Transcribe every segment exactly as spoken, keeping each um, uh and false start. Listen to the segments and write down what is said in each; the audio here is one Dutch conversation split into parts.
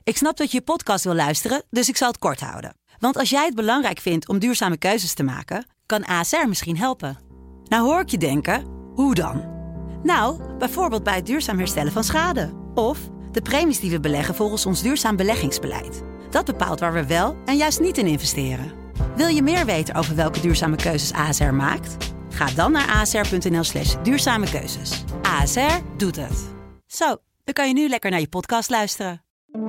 Ik snap dat je je podcast wil luisteren, dus ik zal het kort houden. Want als jij het belangrijk vindt om duurzame keuzes te maken, kan A S R misschien helpen. Nou hoor ik je denken, hoe dan? Nou, bijvoorbeeld bij het duurzaam herstellen van schade. Of de premies die we beleggen volgens ons duurzaam beleggingsbeleid. Dat bepaalt waar we wel en juist niet in investeren. Wil je meer weten over welke duurzame keuzes A S R maakt? Ga dan naar asr.nl slash duurzame keuzes. A S R doet het. Zo, dan kan je nu lekker naar je podcast luisteren.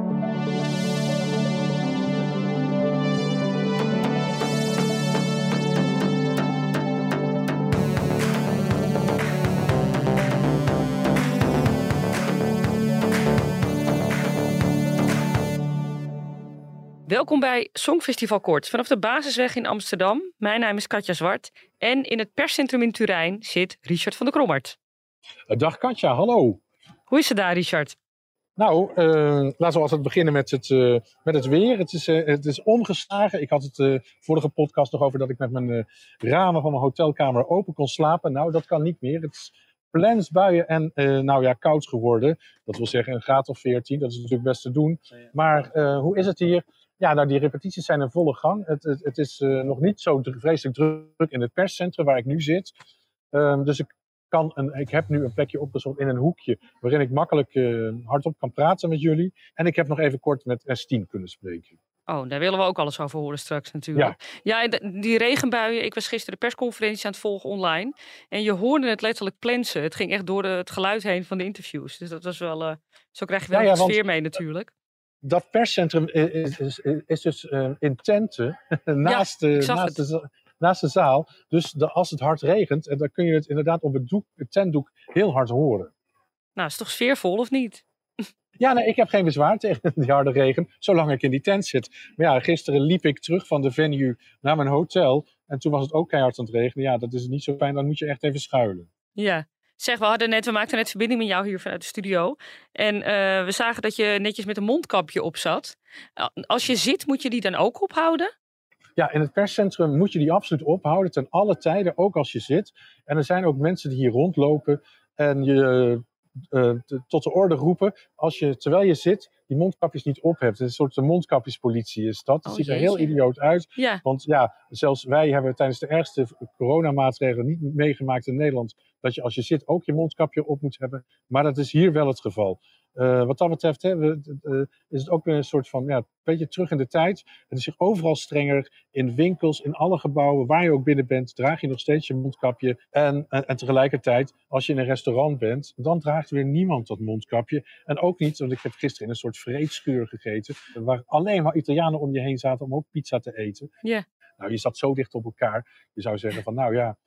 Welkom bij Songfestival Kort vanaf de Basisweg in Amsterdam. Mijn naam is Katja Zwart en in het perscentrum in Turijn zit Richard van der Krommert. Dag Katja, hallo. Hoe is het daar, Richard? Nou, uh, laten we altijd beginnen met het, uh, met het weer. Het is, uh, het is omgeslagen. Ik had het uh, vorige podcast nog over dat ik met mijn uh, ramen van mijn hotelkamer open kon slapen. Nou, dat kan niet meer. Het is plensbuien en uh, nou ja, koud geworden. Dat wil zeggen een graad of veertien. Dat is natuurlijk best te doen. Maar uh, hoe is het hier? Ja, nou, die repetities zijn in volle gang. Het, het, het is uh, nog niet zo vreselijk druk in het perscentrum waar ik nu zit. Um, dus ik, kan een, ik heb nu een plekje opgezocht in een hoekje waarin ik makkelijk uh, hardop kan praten met jullie. En ik heb nog even kort met Estien kunnen spreken. Oh, daar willen we ook alles over horen straks natuurlijk. Ja, ja die regenbuien. Ik was gisteren de persconferentie aan het volgen online. En je hoorde het letterlijk plensen. Het ging echt door de, het geluid heen van de interviews. Dus dat was wel, uh, zo krijg je wel ja, ja, de sfeer mee natuurlijk. Dat perscentrum is, is, is dus uh, in tenten naast, ja, de, naast, de, naast de zaal. Dus de, als het hard regent, dan kun je het inderdaad op het, doek, het tentdoek heel hard horen. Nou, is toch sfeervol of niet? Ja, nee, ik heb geen bezwaar tegen die harde regen, zolang ik in die tent zit. Maar ja, gisteren liep ik terug van de venue naar mijn hotel. En toen was het ook keihard aan het regenen. Ja, dat is niet zo fijn, dan moet je echt even schuilen. Ja. Zeg, we, hadden net, we maakten net verbinding met jou hier vanuit de studio. En uh, we zagen dat je netjes met een mondkapje op zat. Als je zit, moet je die dan ook ophouden? Ja, in het perscentrum moet je die absoluut ophouden. Ten alle tijden, ook als je zit. En er zijn ook mensen die hier rondlopen en je uh, t- tot de orde roepen. Als je, terwijl je zit, die mondkapjes niet op hebt. Een soort mondkapjespolitie is dat. Het oh, ziet er jeetje. heel idioot uit. Ja. Want ja, zelfs wij hebben tijdens de ergste coronamaatregelen niet meegemaakt in Nederland dat je als je zit ook je mondkapje op moet hebben. Maar dat is hier wel het geval. Uh, wat dat betreft hè, we, uh, is het ook weer een soort van, ja, een beetje terug in de tijd. Het is hier overal strenger. In winkels, in alle gebouwen, waar je ook binnen bent, draag je nog steeds je mondkapje. En, en, en tegelijkertijd, als je in een restaurant bent, dan draagt weer niemand dat mondkapje. En ook niet, want ik heb gisteren in een soort vreedschuur gegeten, waar alleen maar Italianen om je heen zaten om ook pizza te eten. Yeah. Nou, je zat zo dicht op elkaar. Je zou zeggen van, nou ja,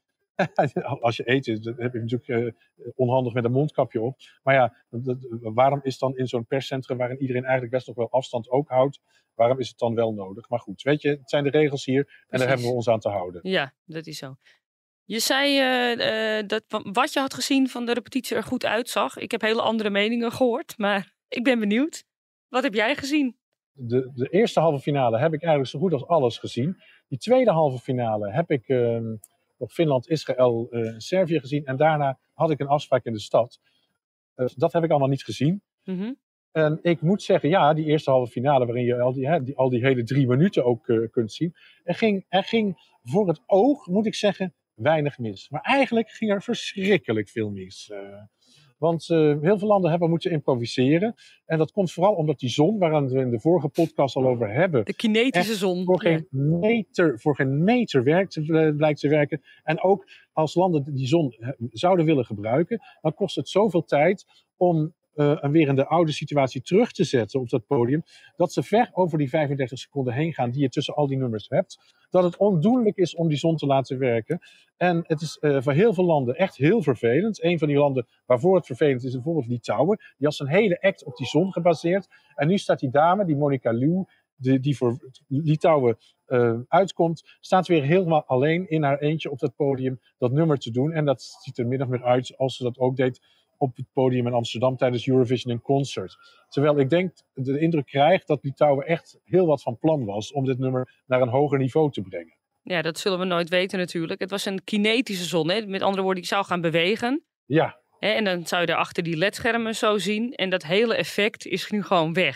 als je eet, dan heb je natuurlijk uh, onhandig met een mondkapje op. Maar ja, dat, waarom is dan in zo'n perscentrum waarin iedereen eigenlijk best nog wel afstand ook houdt, waarom is het dan wel nodig? Maar goed, weet je, het zijn de regels hier en Precies. Daar hebben we ons aan te houden. Ja, dat is zo. Je zei uh, uh, dat wat je had gezien van de repetitie er goed uitzag. Ik heb hele andere meningen gehoord, maar ik ben benieuwd. Wat heb jij gezien? De, de eerste halve finale heb ik eigenlijk zo goed als alles gezien. Die tweede halve finale heb ik Uh, op Finland, Israël, uh, Servië gezien. En daarna had ik een afspraak in de stad. Uh, dat heb ik allemaal niet gezien. Mm-hmm. En ik moet zeggen, ja, die eerste halve finale, waarin je al die, hè, die, al die hele drie minuten ook uh, kunt zien. Er ging, er ging voor het oog, moet ik zeggen, weinig mis. Maar eigenlijk ging er verschrikkelijk veel mis. Uh, Want uh, heel veel landen hebben moeten improviseren. En dat komt vooral omdat die zon, waar we in de vorige podcast al over hebben. De kinetische zon. Voor geen, meter, voor geen meter werkt, uh, blijkt te werken. En ook als landen die zon uh, zouden willen gebruiken, dan kost het zoveel tijd om uh, weer in de oude situatie terug te zetten op dat podium. Dat ze ver over die vijfendertig seconden heen gaan die je tussen al die nummers hebt. Dat het ondoenlijk is om die zon te laten werken. En het is uh, voor heel veel landen echt heel vervelend. Een van die landen waarvoor het vervelend is, bijvoorbeeld Litouwen. Die had zijn hele act op die zon gebaseerd. En nu staat die dame, die Monica Liu, die, die voor Litouwen uh, uitkomt, staat weer helemaal alleen in haar eentje op dat podium dat nummer te doen. En dat ziet er min of meer uit als ze dat ook deed op het podium in Amsterdam tijdens Eurovision in Concert. Terwijl ik denk, de indruk krijg dat Litouwen echt heel wat van plan was om dit nummer naar een hoger niveau te brengen. Ja, dat zullen we nooit weten natuurlijk. Het was een kinetische zon, hè? Met andere woorden, die zou gaan bewegen. Ja. Hè? En dan zou je daar achter die ledschermen zo zien. En dat hele effect is nu gewoon weg.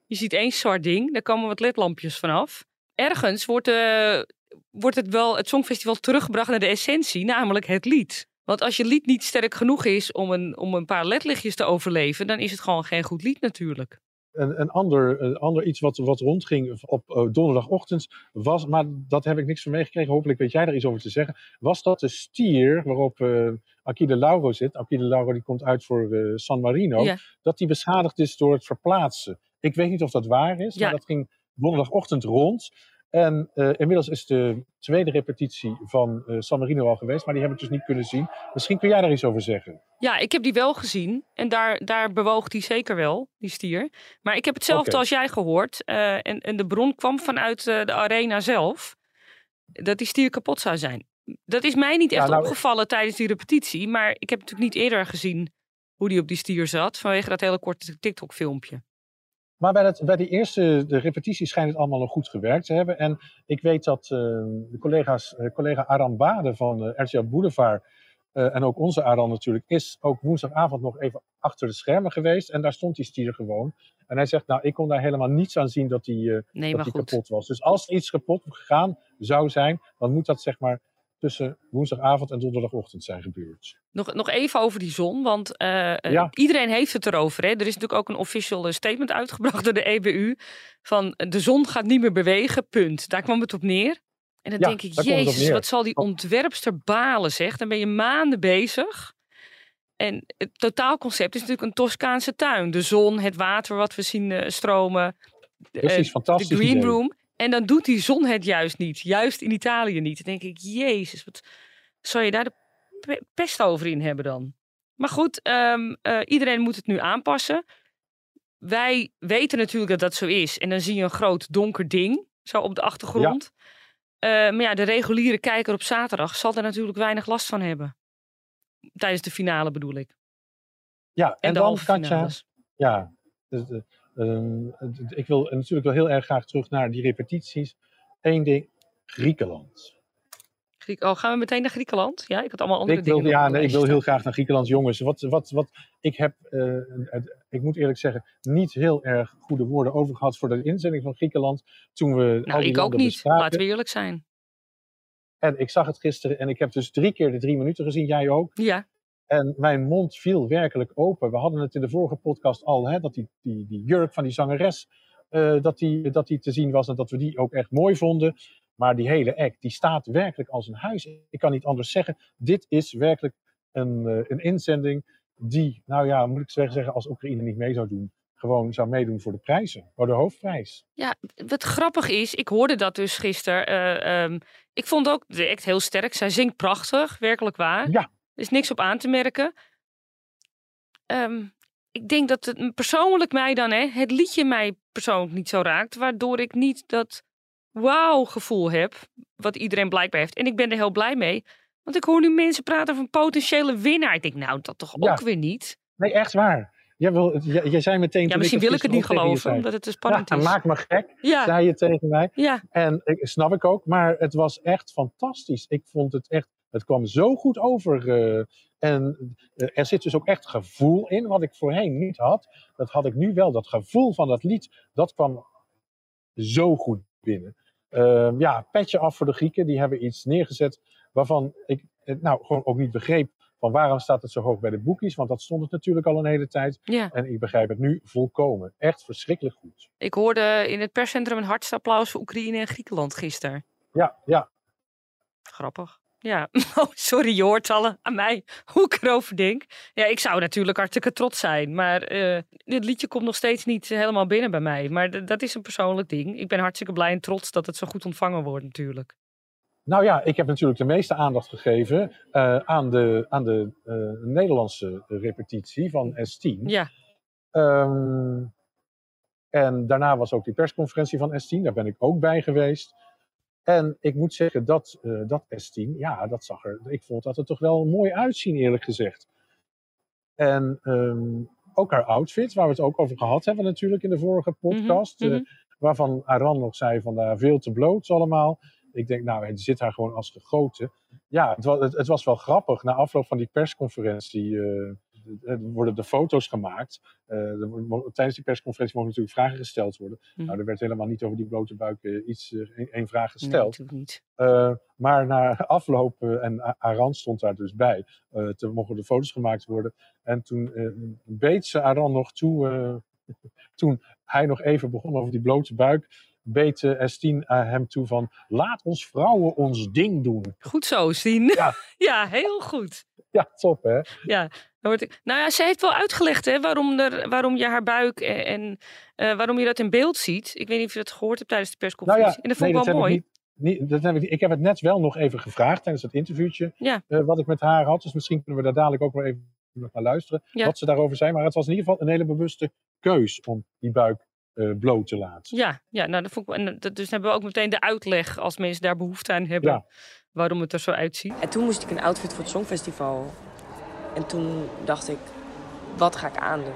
Je ziet één zwart ding, daar komen wat ledlampjes vanaf. Ergens wordt, uh, wordt het wel het Songfestival teruggebracht naar de essentie, namelijk het lied. Want als je lied niet sterk genoeg is om een, om een paar ledlichtjes te overleven, dan is het gewoon geen goed lied natuurlijk. Een, een, ander, een ander iets wat, wat rondging op uh, donderdagochtend was, maar dat heb ik niks van meegekregen, hopelijk weet jij daar iets over te zeggen, was dat de stier waarop uh, Achille Lauro zit, Achille Lauro die komt uit voor uh, San Marino, ja. dat die beschadigd is door het verplaatsen. Ik weet niet of dat waar is, ja. maar dat ging donderdagochtend rond. En uh, inmiddels is de tweede repetitie van uh, San Marino al geweest, maar die heb ik dus niet kunnen zien. Misschien kun jij daar iets over zeggen. Ja, ik heb die wel gezien en daar, daar bewoog die zeker wel, die stier. Maar ik heb hetzelfde okay. als jij gehoord. Uh, en, en de bron kwam vanuit uh, de arena zelf, dat die stier kapot zou zijn. Dat is mij niet echt ja, nou, opgevallen ik... tijdens die repetitie, maar ik heb natuurlijk niet eerder gezien hoe die op die stier zat, vanwege dat hele korte TikTok-filmpje. Maar bij, het, bij die eerste de repetitie schijnt het allemaal nog goed gewerkt te hebben. En ik weet dat uh, de collega's, uh, collega Aran Bade van uh, R T L Boulevard uh, en ook onze Aran natuurlijk, is ook woensdagavond nog even achter de schermen geweest. En daar stond die stier gewoon. En hij zegt, nou, ik kon daar helemaal niets aan zien dat die, uh, nee, dat die kapot was. Dus als iets kapot gegaan zou zijn, dan moet dat zeg maar tussen woensdagavond en donderdagochtend zijn gebeurd. Nog, nog even over die zon, want uh, ja. iedereen heeft het erover. Hè? Er is natuurlijk ook een official statement uitgebracht door de E B U. Van de zon gaat niet meer bewegen, punt. Daar kwam het op neer. En dan ja, denk ik, jezus, wat zal die ontwerpster balen, zeg. Dan ben je maanden bezig. En het totaalconcept is natuurlijk een Toscaanse tuin. De zon, het water wat we zien uh, stromen. Precies, uh, fantastisch de green idee. room. En dan doet die zon het juist niet. Juist in Italië niet. Dan denk ik, jezus, wat zou je daar de pe- pest over in hebben dan? Maar goed, um, uh, iedereen moet het nu aanpassen. Wij weten natuurlijk dat dat zo is. En dan zie je een groot donker ding, zo op de achtergrond. Ja. Uh, maar ja, de reguliere kijker op zaterdag zal er natuurlijk weinig last van hebben. Tijdens de finale bedoel ik. Ja, en, en de dan halve finales. Ja, dus, uh, Um, ik wil natuurlijk wel heel erg graag terug naar die repetities. Eén ding, Griekenland. Griek, oh, gaan we meteen naar Griekenland? Ja, ik had allemaal andere ik wil, dingen. Ja, nee, ik wil heel graag naar Griekenland. Jongens, wat, wat, wat, ik heb, uh, ik moet eerlijk zeggen, niet heel erg goede woorden over gehad voor de inzending van Griekenland. Toen we nou, al die ik ook niet. Bespraken. Laten we eerlijk zijn. En ik zag het gisteren en ik heb dus drie keer de drie minuten gezien. Jij ook? Ja. En mijn mond viel werkelijk open. We hadden het in de vorige podcast al, hè, dat die, die, die jurk van die zangeres, uh, dat, die, dat die te zien was en dat we die ook echt mooi vonden. Maar die hele act, die staat werkelijk als een huis. Ik kan niet anders zeggen. Dit is werkelijk een, uh, een inzending die, nou ja, moet ik zeggen, als Oekraïne niet mee zou doen, gewoon zou meedoen voor de prijzen, voor de hoofdprijs. Ja, wat grappig is, ik hoorde dat dus gisteren. Uh, um, ik vond ook de act heel sterk. Zij zingt prachtig, werkelijk waar. Ja. Er is niks op aan te merken. Um, ik denk dat het persoonlijk mij dan, hè, het liedje mij persoonlijk niet zo raakt. Waardoor ik niet dat wauw gevoel heb, wat iedereen blijkbaar heeft. En ik ben er heel blij mee. Want ik hoor nu mensen praten van potentiële winnaar. Ik denk, nou, dat toch ja. ook weer niet. Nee, echt waar. Jij, wil, jij, jij zei meteen... Ja, misschien wil ik het niet geloven, omdat het te spannend ja, is. Maak me gek, ja. zei je tegen mij. Ja. En ik, snap ik ook, maar het was echt fantastisch. Ik vond het echt... Het kwam zo goed over. Uh, en uh, er zit dus ook echt gevoel in, wat ik voorheen niet had. Dat had ik nu wel. Dat gevoel van dat lied, dat kwam zo goed binnen. Uh, ja, petje af voor de Grieken. Die hebben iets neergezet waarvan ik nou gewoon ook niet begreep van waarom staat het zo hoog bij de boekies. Want dat stond het natuurlijk al een hele tijd. Ja. En ik begrijp het nu volkomen. Echt verschrikkelijk goed. Ik hoorde in het perscentrum een hardste applaus voor Oekraïne en Griekenland gisteren. Ja, ja. Grappig. Ja, oh, sorry, je hoort al aan mij hoe ik erover denk. Ja, ik zou natuurlijk hartstikke trots zijn. Maar uh, dit liedje komt nog steeds niet helemaal binnen bij mij. Maar d- dat is een persoonlijk ding. Ik ben hartstikke blij en trots dat het zo goed ontvangen wordt natuurlijk. Nou ja, ik heb natuurlijk de meeste aandacht gegeven uh, aan de, aan de uh, Nederlandse repetitie van S tien. Ja. Um, en daarna was ook die persconferentie van S tien. Daar ben ik ook bij geweest. En ik moet zeggen dat, uh, dat S tien, ja, dat zag er, ik vond dat er toch wel mooi uitzien, eerlijk gezegd. En um, ook haar outfit, waar we het ook over gehad hebben natuurlijk in de vorige podcast. Mm-hmm. Uh, waarvan Aran nog zei van uh, veel te bloot allemaal. Ik denk, nou, het zit haar gewoon als gegoten. Ja, het was, het, het was wel grappig. Na afloop van die persconferentie, uh, er worden de foto's gemaakt. Uh, er, tijdens die persconferentie mogen natuurlijk vragen gesteld worden. Mm. Nou, er werd helemaal niet over die blote buik uh, iets, uh, één vraag gesteld. Nee, niet. Uh, maar na afloop, uh, en Aran stond daar dus bij, uh, toen mochten de foto's gemaakt worden. En toen uh, beet ze Aran nog toe, uh, toen hij nog even begon over die blote buik, beet uh, Estien uh, hem toe van, laat ons vrouwen ons ding doen. Goed zo, Stien. Ja, ja heel goed. Ja, top hè? Ja, nou ja, ze heeft wel uitgelegd hè, waarom, er, waarom je haar buik en, en uh, waarom je dat in beeld ziet. Ik weet niet of je dat gehoord hebt tijdens de persconferentie. Nou ja, en dat vond nee, ik wel mooi. Ik, niet, niet, dat heb ik, ik heb het net wel nog even gevraagd tijdens het interviewtje ja. uh, wat ik met haar had. Dus misschien kunnen we daar dadelijk ook wel even naar luisteren. Ja. Wat ze daarover zei. Maar het was in ieder geval een hele bewuste keus om die buik uh, bloot te laten. Ja, ja nou, dat vond ik, en dat, dus hebben we ook meteen de uitleg als mensen daar behoefte aan hebben. Ja. Waarom het er zo uitziet. En toen moest ik een outfit voor het Songfestival. En toen dacht ik, wat ga ik aandoen?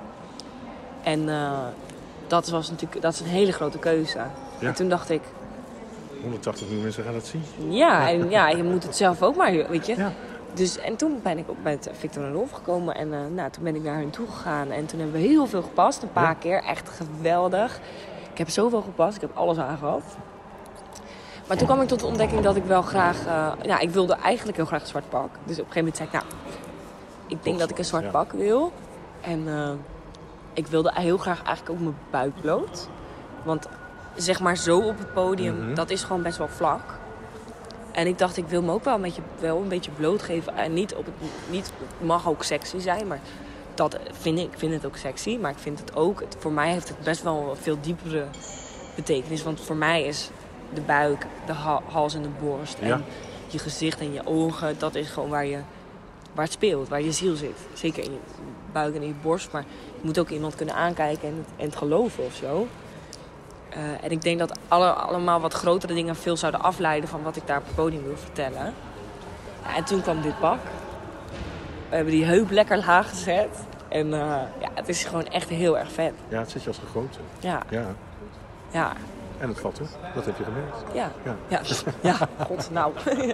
En uh, dat was natuurlijk, dat is een hele grote keuze. Ja. En toen dacht ik... honderdtachtig miljoen mensen gaan dat zien. Ja, en ja, je moet het zelf ook maar, weet je. Ja. Dus, en toen ben ik ook met Victor en Rolf gekomen. En uh, nou, toen ben ik naar hen toe gegaan. En toen hebben we heel veel gepast, een paar ja. keer. Echt geweldig. Ik heb zoveel gepast, ik heb alles aangehad. Maar toen kwam ik tot de ontdekking dat ik wel graag... Uh, ja, ik wilde eigenlijk heel graag een zwart pak. Dus op een gegeven moment zei ik, nou... Ik denk dat ik een zwart ja. pak wil. En uh, ik wilde heel graag eigenlijk ook mijn buik bloot. Want zeg maar zo op het podium, mm-hmm. dat is gewoon best wel vlak. En ik dacht, ik wil me ook wel een beetje, wel een beetje blootgeven. En niet op het, niet, het mag ook sexy zijn, maar dat vind ik, ik vind het ook sexy. Maar ik vind het ook, het, voor mij heeft het best wel een veel diepere betekenis. Want voor mij is de buik, de ha- hals en de borst. Ja. En je gezicht en je ogen, dat is gewoon waar je... waar het speelt, waar je ziel zit. Zeker in je buik en in je borst. Maar je moet ook iemand kunnen aankijken en het, en het geloven of zo. Uh, en ik denk dat alle, allemaal wat grotere dingen veel zouden afleiden van wat ik daar op het podium wil vertellen. Ja, en toen kwam dit pak. We hebben die heup lekker laag gezet. En uh, ja, het is gewoon echt heel erg vet. Ja, het zit je als gegoten. Ja. Ja. Ja. En het valt toe. Dat heb je gemerkt. Ja. Ja. Ja. Ja. God, nou.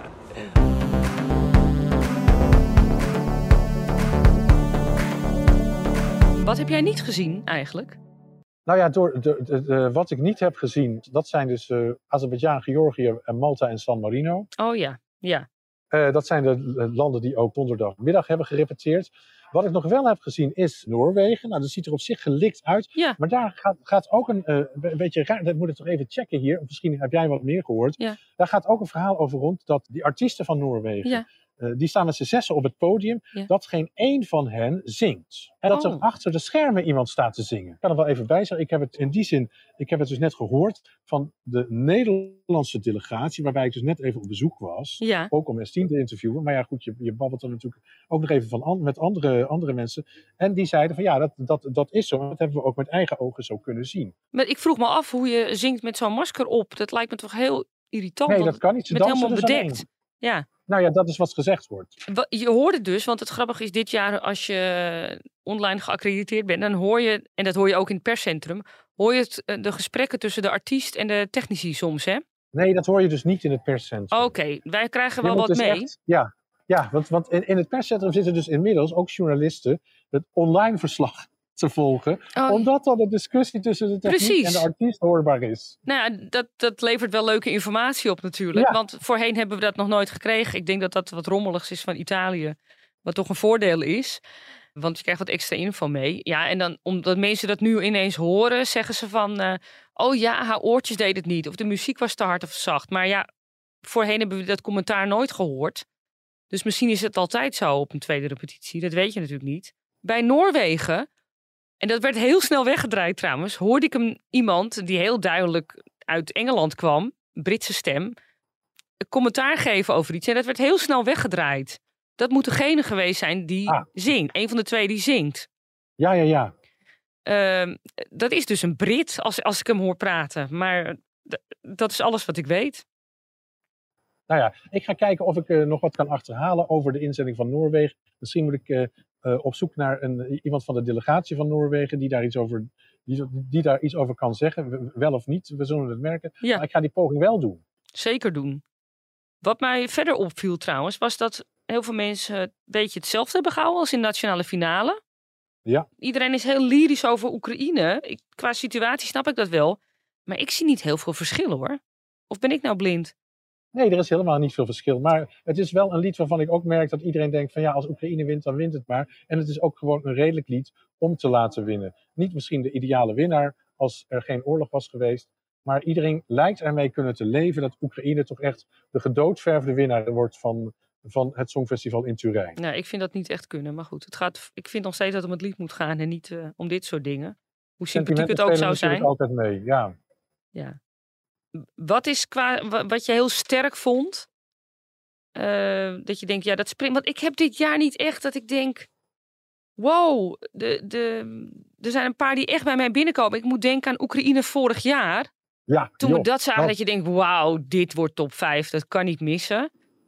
Wat heb jij niet gezien eigenlijk? Nou ja, door, de, de, de, wat ik niet heb gezien, dat zijn dus uh, Azerbeidzjan, Georgië, Malta en San Marino. Oh ja, ja. Uh, dat zijn de, de landen die ook donderdagmiddag hebben gerepeteerd. Wat ik nog wel heb gezien is Noorwegen. Nou, dat ziet er op zich gelikt uit. Ja. Maar daar gaat, gaat ook een, uh, een beetje raar, dat moet ik toch even checken hier. Misschien heb jij wat meer gehoord. Ja. Daar gaat ook een verhaal over rond dat die artiesten van Noorwegen... Ja. Uh, die staan met z'n zessen op het podium, ja. dat geen één van hen zingt. En dat oh. er achter de schermen iemand staat te zingen. Ik kan er wel even bij zeggen, ik heb het in die zin, ik heb het dus net gehoord van de Nederlandse delegatie, waarbij ik dus net even op bezoek was. Ja. Ook om Estien te interviewen. Maar ja, goed, je, je babbelt er natuurlijk ook nog even van an, met andere, andere mensen. En die zeiden van ja, dat, dat, dat is zo. Dat hebben we ook met eigen ogen zo kunnen zien. Maar ik vroeg me af hoe je zingt met zo'n masker op. Dat lijkt me toch heel irritant. Nee, dat kan niet. Ze met dansen helemaal dus bedekt. Ja. Nou ja, dat is wat gezegd wordt. Je hoort het dus, want het grappige is dit jaar als je online geaccrediteerd bent, dan hoor je, en dat hoor je ook in het perscentrum, hoor je het, de gesprekken tussen de artiest en de technici soms, hè? Nee, dat hoor je dus niet in het perscentrum. Oké, okay, wij krijgen wel wat dus mee. Echt, ja, ja, want, want in, in het perscentrum zitten dus inmiddels ook journalisten het online verslag te volgen, oh. omdat dan de discussie tussen de techniek Precies. en de artiest hoorbaar is. Nou ja, dat, dat levert wel leuke informatie op natuurlijk, ja. want voorheen hebben we dat nog nooit gekregen. Ik denk dat dat wat rommeligs is van Italië, wat toch een voordeel is, want je krijgt wat extra info mee. Ja, en dan omdat mensen dat nu ineens horen, zeggen ze van, uh, oh ja, haar oortjes deden het niet, of de muziek was te hard of zacht. Maar ja, voorheen hebben we dat commentaar nooit gehoord. Dus misschien is het altijd zo op een tweede repetitie, dat weet je natuurlijk niet. Bij Noorwegen, en dat werd heel snel weggedraaid trouwens, hoorde ik hem iemand die heel duidelijk uit Engeland kwam, een Britse stem, een commentaar geven over iets. En dat werd heel snel weggedraaid. Dat moet degene geweest zijn die ah. zingt. Een van de twee die zingt. Ja, ja, ja. Uh, dat is dus een Brit, als, als ik hem hoor praten. Maar d- dat is alles wat ik weet. Nou ja, ik ga kijken of ik uh, nog wat kan achterhalen over de inzending van Noorwegen. Misschien moet ik uh, uh, op zoek naar een, iemand van de delegatie van Noorwegen die daar iets over, die, die daar iets over kan zeggen. Wel of niet, we zullen het merken. Ja. Maar ik ga die poging wel doen. Zeker doen. Wat mij verder opviel trouwens, was dat heel veel mensen een beetje hetzelfde hebben gehouden als in de nationale finale. Ja. Iedereen is heel lyrisch over Oekraïne. Ik, qua situatie snap ik dat wel. Maar ik zie niet heel veel verschil hoor. Of ben ik nou blind? Nee, er is helemaal niet veel verschil. Maar het is wel een lied waarvan ik ook merk dat iedereen denkt van ja, als Oekraïne wint, dan wint het maar. En het is ook gewoon een redelijk lied om te laten winnen. Niet misschien de ideale winnaar als er geen oorlog was geweest. Maar iedereen lijkt ermee kunnen te leven dat Oekraïne toch echt de gedoodverfde winnaar wordt van, van het Songfestival in Turijn. Nou, ik vind dat niet echt kunnen. Maar goed, het gaat, ik vind nog steeds dat het om het lied moet gaan en niet uh, om dit soort dingen. Hoe sympathiek het ook zou zijn. altijd mee, ja. Ja. Wat is qua, wat je heel sterk vond, uh, dat je denkt, ja, dat springt. Want ik heb dit jaar niet echt dat ik denk, wow, de, de, er zijn een paar die echt bij mij binnenkomen. Ik moet denken aan Oekraïne vorig jaar. Ja, Toen joh, we dat zagen, dat... dat je denkt, wauw, dit wordt top vijf, dat kan niet missen.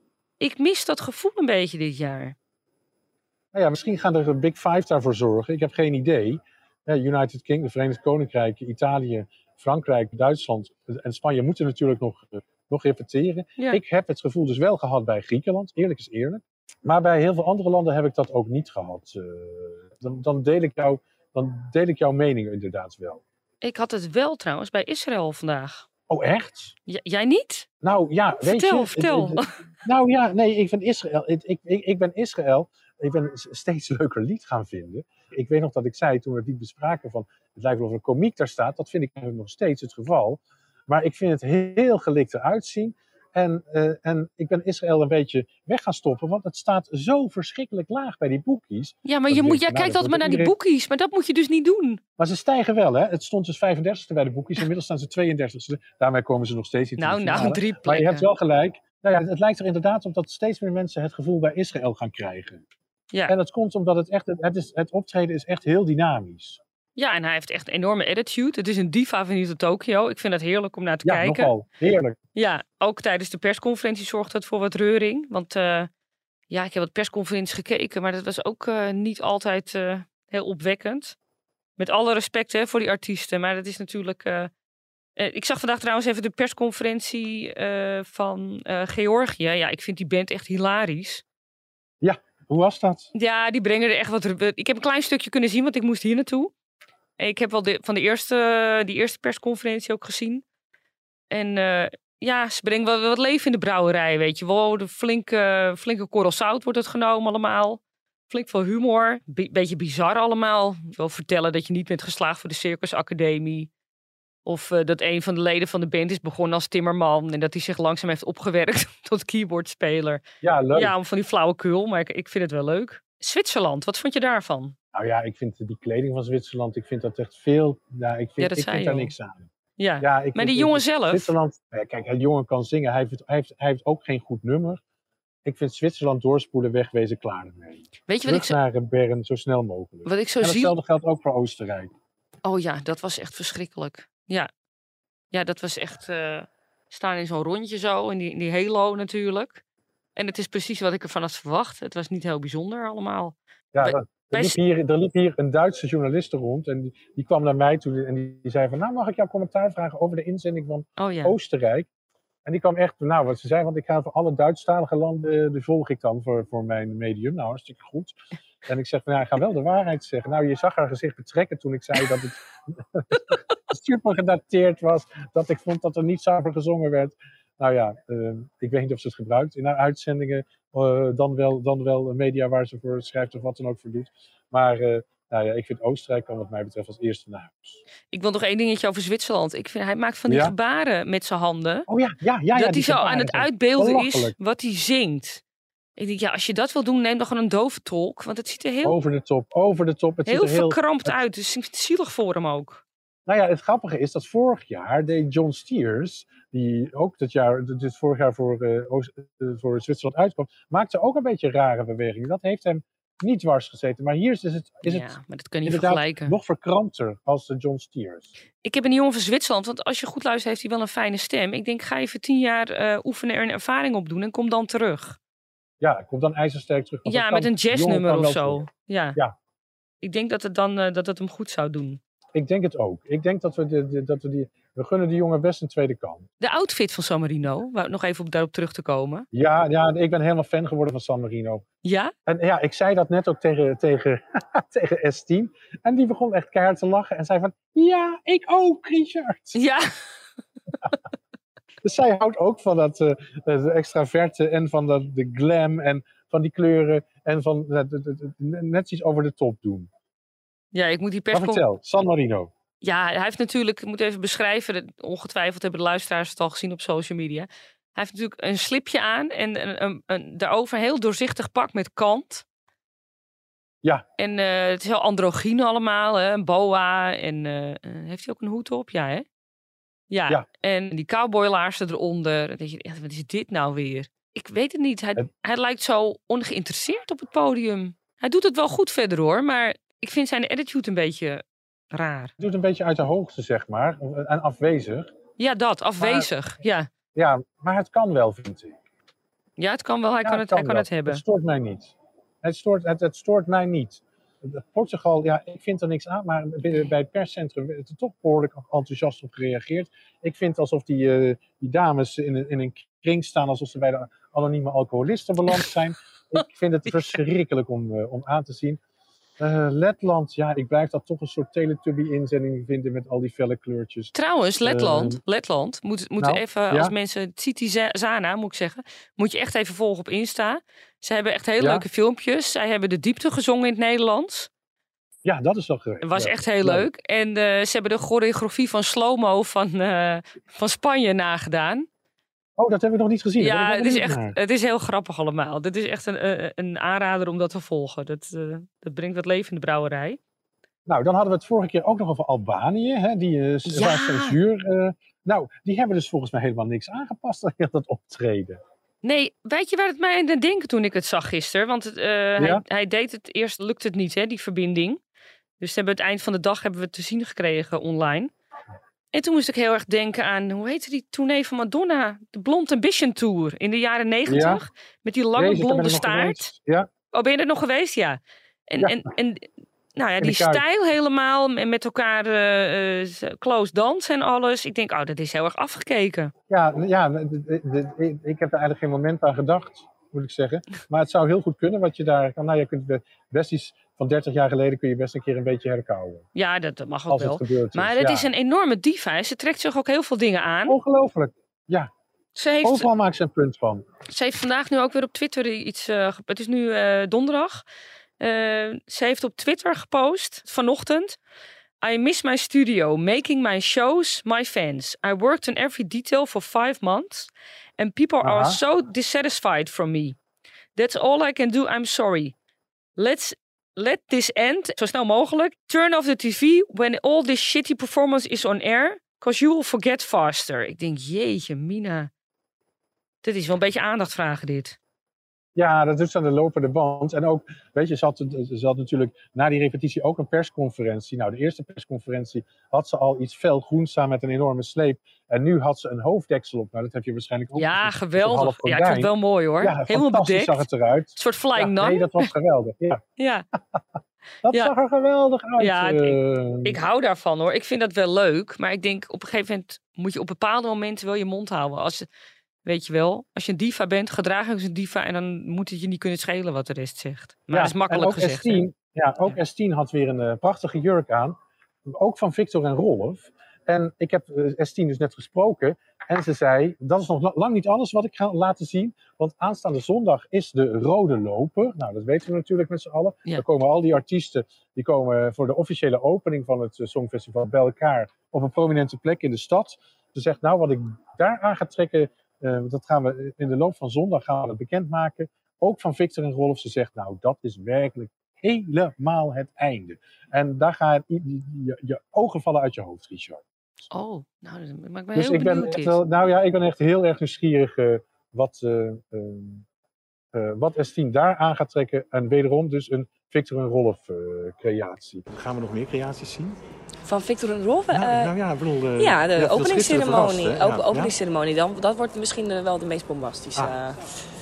Ik mis dat gevoel een beetje dit jaar. Nou ja, misschien gaan er een Big Five daarvoor zorgen. Ik heb geen idee. United Kingdom, de Verenigd Koninkrijk, Italië, Frankrijk, Duitsland en Spanje moeten natuurlijk nog, uh, nog repeteren. Ja. Ik heb het gevoel dus wel gehad bij Griekenland, eerlijk is eerlijk. Maar bij heel veel andere landen heb ik dat ook niet gehad. Uh, dan, dan, deel ik jou, dan deel ik jouw mening inderdaad wel. Ik had het wel trouwens bij Israël vandaag. Oh, echt? J- jij niet? Nou ja, weet vertel, je... Vertel, vertel. Nou ja, nee, ik vind Israël... Ik, ik, ik ben Israël... Ik ben een steeds leuker lied gaan vinden. Ik weet nog dat ik zei, toen we het lied bespraken, van het lijkt wel of er komiek daar staat. Dat vind ik nog steeds het geval. Maar ik vind het heel gelikt eruit zien. En, uh, en ik ben Israël een beetje weg gaan stoppen, want het staat zo verschrikkelijk laag bij die boekies. Ja, maar je moet, jij nou, kijkt altijd maar naar iedereen... die boekies, maar dat moet je dus niet doen. Maar ze stijgen wel, hè. Het stond dus vijfendertigste bij de boekies, inmiddels staan ze tweeëndertigste. Daarmee komen ze nog steeds in de Nou, finale. nou, drie plekken. Maar je hebt wel gelijk. Nou ja, het lijkt er inderdaad op dat steeds meer mensen het gevoel bij Israël gaan krijgen. Ja. En dat komt omdat het echt, het, is, het optreden is echt heel dynamisch. Ja, en hij heeft echt een enorme attitude. Het is een diva van hier tot Tokio. Ik vind het heerlijk om naar te ja, kijken. Ja, nogal. Heerlijk. Ja, ook tijdens de persconferentie zorgde het voor wat reuring. Want uh, ja, ik heb wat persconferenties gekeken, maar dat was ook uh, niet altijd uh, heel opwekkend. Met alle respect hè, voor die artiesten, maar dat is natuurlijk... Uh, uh, ik zag vandaag trouwens even de persconferentie uh, van uh, Georgië. Ja, ik vind die band echt hilarisch. Ja. Hoe was dat? Ja, die brengen er echt wat... Ik heb een klein stukje kunnen zien, want ik moest hier naartoe. Ik heb wel de, van de eerste, die eerste persconferentie ook gezien. En uh, ja, ze brengen wel wat leven in de brouwerij, weet je wel. De flinke, flinke korrel zout wordt het genomen allemaal. Flink veel humor. Be- beetje bizar allemaal. Wel vertellen dat je niet bent geslaagd voor de Circus Academie. Of uh, dat een van de leden van de band is begonnen als timmerman. En dat hij zich langzaam heeft opgewerkt tot keyboardspeler. Ja, leuk. Ja, om van die flauwekul. Maar ik, ik vind het wel leuk. Zwitserland, wat vond je daarvan? Nou ja, ik vind die kleding van Zwitserland, ik vind dat echt veel... Nou, ik vind, ja, ik vind daar niks aan. Ja, ja ik maar vind, die jongen ik, zelf? Zwitserland, ja, kijk, een jongen kan zingen. Hij heeft, hij, heeft, hij heeft ook geen goed nummer. Ik vind Zwitserland doorspoelen, wegwezen, klaar ermee. Weet je wat ik zo... naar Bern, zo snel mogelijk. Wat ik zo en hetzelfde zie... geldt ook voor Oostenrijk. Oh ja, dat was echt verschrikkelijk. Ja, ja dat was echt... Uh, staan in zo'n rondje zo, in die, in die halo natuurlijk. En het is precies wat ik ervan had verwacht. Het was niet heel bijzonder allemaal. Ja, Bij, dat, er, liep hier, er liep hier een Duitse journaliste rond en die, die kwam naar mij toe en die, die zei van, nou mag ik jou commentaar vragen over de inzending van oh, ja. Oostenrijk? En die kwam echt, nou wat ze zei, want ik ga voor alle Duitsstalige landen, die volg ik dan voor, voor mijn medium. Nou, hartstikke goed. En ik zeg van, nou, ik ga wel de waarheid zeggen. Nou, je zag haar gezicht betrekken toen ik zei dat het super gedateerd was, dat ik vond dat er niet zuiver gezongen werd. Nou ja, uh, ik weet niet of ze het gebruikt in haar uitzendingen, uh, dan, wel, dan wel media waar ze voor schrijft of wat dan ook voor doet. Maar uh, nou ja, ik vind Oostenrijk kan wat mij betreft als eerste naar huis. Ik wil nog één dingetje over Zwitserland. Ik vind, hij maakt van die ja? gebaren met zijn handen. Oh ja, ja, ja. Dat ja, hij zo aan het uitbeelden is wat hij zingt. Ik denk, ja, als je dat wil doen, neem dan gewoon een dove tolk. Want het ziet er heel... Over de top, over de top. Het heel ziet er heel verkrampt het... uit. Dus ik vind het zielig voor hem ook. Nou ja, het grappige is dat vorig jaar deed John Stiers, die ook dit jaar, dit vorig jaar voor, uh, Oost, uh, voor Zwitserland uitkwam, maakte ook een beetje rare bewegingen. Dat heeft hem niet dwars gezeten. Maar hier is het, is ja, het maar dat kun je niet vergelijken. Nog verkrampter als de John Stiers. Ik heb een jongen van Zwitserland, want als je goed luistert heeft hij wel een fijne stem. Ik denk, ga even tien jaar uh, oefenen er een ervaring op doen en kom dan terug. Ja, kom dan ijzersterk terug. Ja, met een jazznummer of zo. Ja. ja. Ik denk dat het dan uh, dat het hem goed zou doen. Ik denk het ook. Ik denk dat we, de, de, dat we die... We gunnen die jongen best een tweede kans. De outfit van San Marino, waar nog even op daarop terug te komen. Ja, ja, ik ben helemaal fan geworden van San Marino. Ja? En ja, ik zei dat net ook tegen, tegen, tegen S tien. En die begon echt keihard te lachen. En zei van, ja, ik ook, Richard. Ja. Dus zij houdt ook van dat uh, de extraverte en van dat, de glam en van die kleuren. En van uh, de, de, de, net iets over de top doen. Ja, ik moet die pers... Maar vertel, San Marino. Ja, hij heeft natuurlijk, ik moet even beschrijven, ongetwijfeld hebben de luisteraars het al gezien op social media. Hij heeft natuurlijk een slipje aan en een, een, een, daarover een heel doorzichtig pak met kant. Ja. En uh, het is heel androgyne allemaal, hè? Een boa en uh, heeft hij ook een hoed op? Ja, hè? Ja. ja. En die cowboylaarzen eronder. Dan denk je echt, wat is dit nou weer? Ik weet het niet. Hij, het... hij lijkt zo ongeïnteresseerd op het podium. Hij doet het wel goed verder hoor, maar ik vind zijn attitude een beetje... raar. Het doet een beetje uit de hoogte, zeg maar. En afwezig. Ja, dat. Afwezig. Maar, ja. Ja, maar het kan wel, vind ik. Ja, het kan wel. Hij ja, kan, het, kan hij kan het hebben. Het stoort mij niet. Het stoort, het, het stoort mij niet. Portugal, ja, ik vind er niks aan. Maar bij het perscentrum werd er toch behoorlijk enthousiast op gereageerd. Ik vind alsof die, uh, die dames in een, in een kring staan. Alsof ze bij de anonieme alcoholisten beland zijn. Ik vind het verschrikkelijk om, uh, om aan te zien. Uh, Letland, ja, ik blijf dat toch een soort Teletubby-inzending vinden met al die felle kleurtjes. Trouwens, Letland, uh, Letland moet, moet nou, even, ja? als mensen, Titi Zana moet ik zeggen, moet je echt even volgen op Insta. Ze hebben echt hele ja? leuke filmpjes. Zij hebben de diepte gezongen in het Nederlands. Ja, dat is wel geweest. Het was ja. echt heel leuk. En uh, ze hebben de choreografie van Slow-Mo van, uh, van Spanje nagedaan. Oh, dat hebben we nog niet gezien. Ja, het is, echt, het is heel grappig allemaal. Dit is echt een, een aanrader om dat te volgen. Dat, uh, dat brengt wat leven in de brouwerij. Nou, dan hadden we het vorige keer ook nog over Albanië. Hè, die uh, ja. censuur. Uh, nou, die hebben dus volgens mij helemaal niks aangepast aan dat optreden. Nee, weet je waar het mij aan deed denken toen ik het zag gisteren? Want uh, ja? hij, hij deed het eerst, lukte het niet, hè, die verbinding. Dus hebben het eind van de dag hebben we het te zien gekregen online. En toen moest ik heel erg denken aan, hoe heette die tournee van Madonna? De Blonde Ambition Tour in de jaren negentig. Ja. Met die lange Jezus, blonde staart. Ja. Oh, ben je er nog geweest? Ja. En, ja. en, en nou ja, die stijl helemaal. En met elkaar uh, uh, close dance en alles. Ik denk, oh, dat is heel erg afgekeken. Ja, ja de, de, de, ik heb er eigenlijk geen moment aan gedacht, moet ik zeggen. Maar het zou heel goed kunnen wat je daar kan. Nou, je kunt best iets van dertig jaar geleden kun je best een keer een beetje herkauwen. Ja, dat mag ook als wel. Het gebeurd maar is. het ja. is een enorme diva. Ze trekt zich ook heel veel dingen aan. Ongelooflijk, ja. Ze heeft, Overal maakt ze een punt van. Ze heeft vandaag nu ook weer op Twitter iets... Uh, het is nu uh, donderdag. Uh, ze heeft op Twitter gepost vanochtend. I miss my studio, making my shows, my fans. I worked on every detail for five months. And people Aha. are so dissatisfied from me. That's all I can do, I'm sorry. Let's... Let this end, zo snel mogelijk. Turn off the T V when all this shitty performance is on air. Because you will forget faster. Ik denk, jeetje, Mina. Dit is wel een beetje aandacht vragen, dit. Ja, dat is aan de lopende band. En ook, weet je, ze had, ze had natuurlijk na die repetitie ook een persconferentie. Nou, de eerste persconferentie had ze al iets fel groens staan met een enorme sleep. En nu had ze een hoofddeksel op. Nou, dat heb je waarschijnlijk ook Ja, gezien. geweldig. Ja, ik vond het wel mooi hoor. Ja, helemaal bedekt. Zag het eruit. Een soort flying ja, nun. Nee, dat was geweldig. Ja. ja. Dat ja. zag er geweldig uit. Ja, uh... ik, ik hou daarvan hoor. Ik vind dat wel leuk. Maar ik denk, op een gegeven moment moet je op bepaalde momenten wel je mond houden. Als je, weet je wel, als je een diva bent, gedraag je als een diva. En dan moet het je niet kunnen schelen wat de rest zegt. Maar ja, dat is makkelijk gezegd. S tien, ja, ook ja. S tien had weer een uh, prachtige jurk aan. Ook van Victor en Rolf. En ik heb uh, S tien dus net gesproken. En ze zei, dat is nog lang niet alles wat ik ga laten zien. Want aanstaande zondag is de Rode Loper. Nou, dat weten we natuurlijk met z'n allen. Ja. Dan komen al die artiesten, die komen voor de officiële opening van het Songfestival bij elkaar. Op een prominente plek in de stad. Ze zegt, nou, wat ik daar aan ga trekken, uh, dat gaan we in de loop van zondag gaan we dat bekendmaken. Ook van Victor en Rolf. Ze zegt, nou, dat is werkelijk helemaal het einde. En daar gaan je, je, je ogen vallen uit je hoofd, Richard. Oh, nou, dat maakt me dus heel ik benieuwd. Ben echt wel, nou ja, ik ben echt heel erg nieuwsgierig uh, wat, uh, uh, uh, wat S tien daar aan gaat trekken. En wederom dus een Victor en Rolf uh, creatie. Gaan we nog meer creaties zien? Van Victor en Rolf? Nou, uh, nou ja, ik bedoel, uh, ja, de openingsceremonie. Ja, Openingsceremonie, dan, dat wordt misschien wel de meest bombastische. Ah.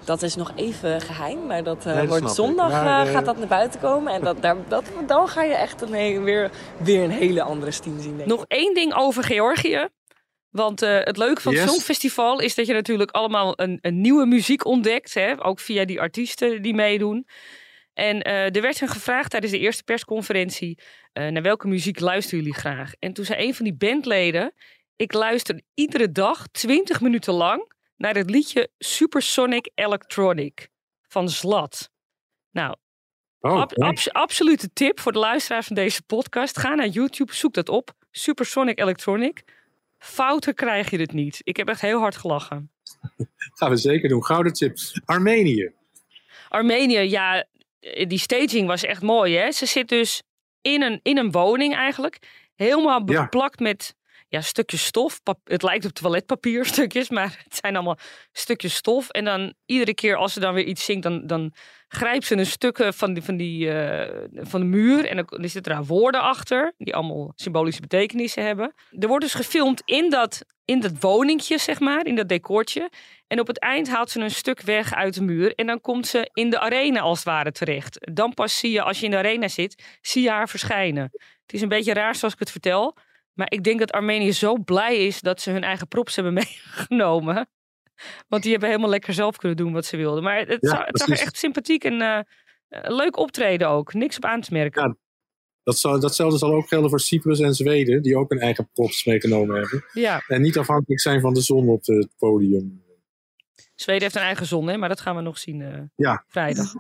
Dat is nog even geheim, maar dat uh, nee, dat wordt zondag maar, uh, gaat dat naar buiten komen. En dat, daar, dat, dan ga je echt een, weer, weer een hele andere Steen zien. Denk ik. Nog één ding over Georgië. Want uh, het leuke van het yes. Songfestival is dat je natuurlijk allemaal een, een nieuwe muziek ontdekt. Hè? Ook via die artiesten die meedoen. En uh, er werd hen gevraagd tijdens de eerste persconferentie... Uh, naar welke muziek luisteren jullie graag? En toen zei een van die bandleden... ik luister iedere dag twintig minuten lang... naar het liedje Supersonic Electronic van Zlat. Nou, oh, ab- abs- absolute tip voor de luisteraars van deze podcast. Ga naar YouTube, zoek dat op. Supersonic Electronic. Fouter krijg je het niet. Ik heb echt heel hard gelachen. Gaan we zeker doen. Gouden tips. Armenië. Armenië, ja, die staging was echt mooi, hè? Ze zit dus in een, in een woning eigenlijk. Helemaal beplakt ja. met ja, stukjes stof. Pap- het lijkt op toiletpapierstukjes, maar het zijn allemaal stukjes stof. En dan iedere keer als ze dan weer iets zingt, dan, dan grijpt ze een stuk van, die, van, die, uh, van de muur. En dan, dan zitten daar woorden achter, die allemaal symbolische betekenissen hebben. Er wordt dus gefilmd in dat, in dat woningje, zeg maar, in dat decortje. En op het eind haalt ze een stuk weg uit de muur. En dan komt ze in de arena als het ware terecht. Dan pas zie je, als je in de arena zit, zie je haar verschijnen. Het is een beetje raar zoals ik het vertel. Maar ik denk dat Armenië zo blij is dat ze hun eigen props hebben meegenomen. Want die hebben helemaal lekker zelf kunnen doen wat ze wilden. Maar het, ja, zag, het zag er echt sympathiek en uh, leuk optreden ook. Niks op aan te merken. Ja, dat zal, datzelfde zal ook gelden voor Cyprus en Zweden. Die ook hun eigen props meegenomen hebben. Ja. En niet afhankelijk zijn van de zon op het podium. Zweden heeft een eigen zon, hè? Maar dat gaan we nog zien uh, ja. vrijdag.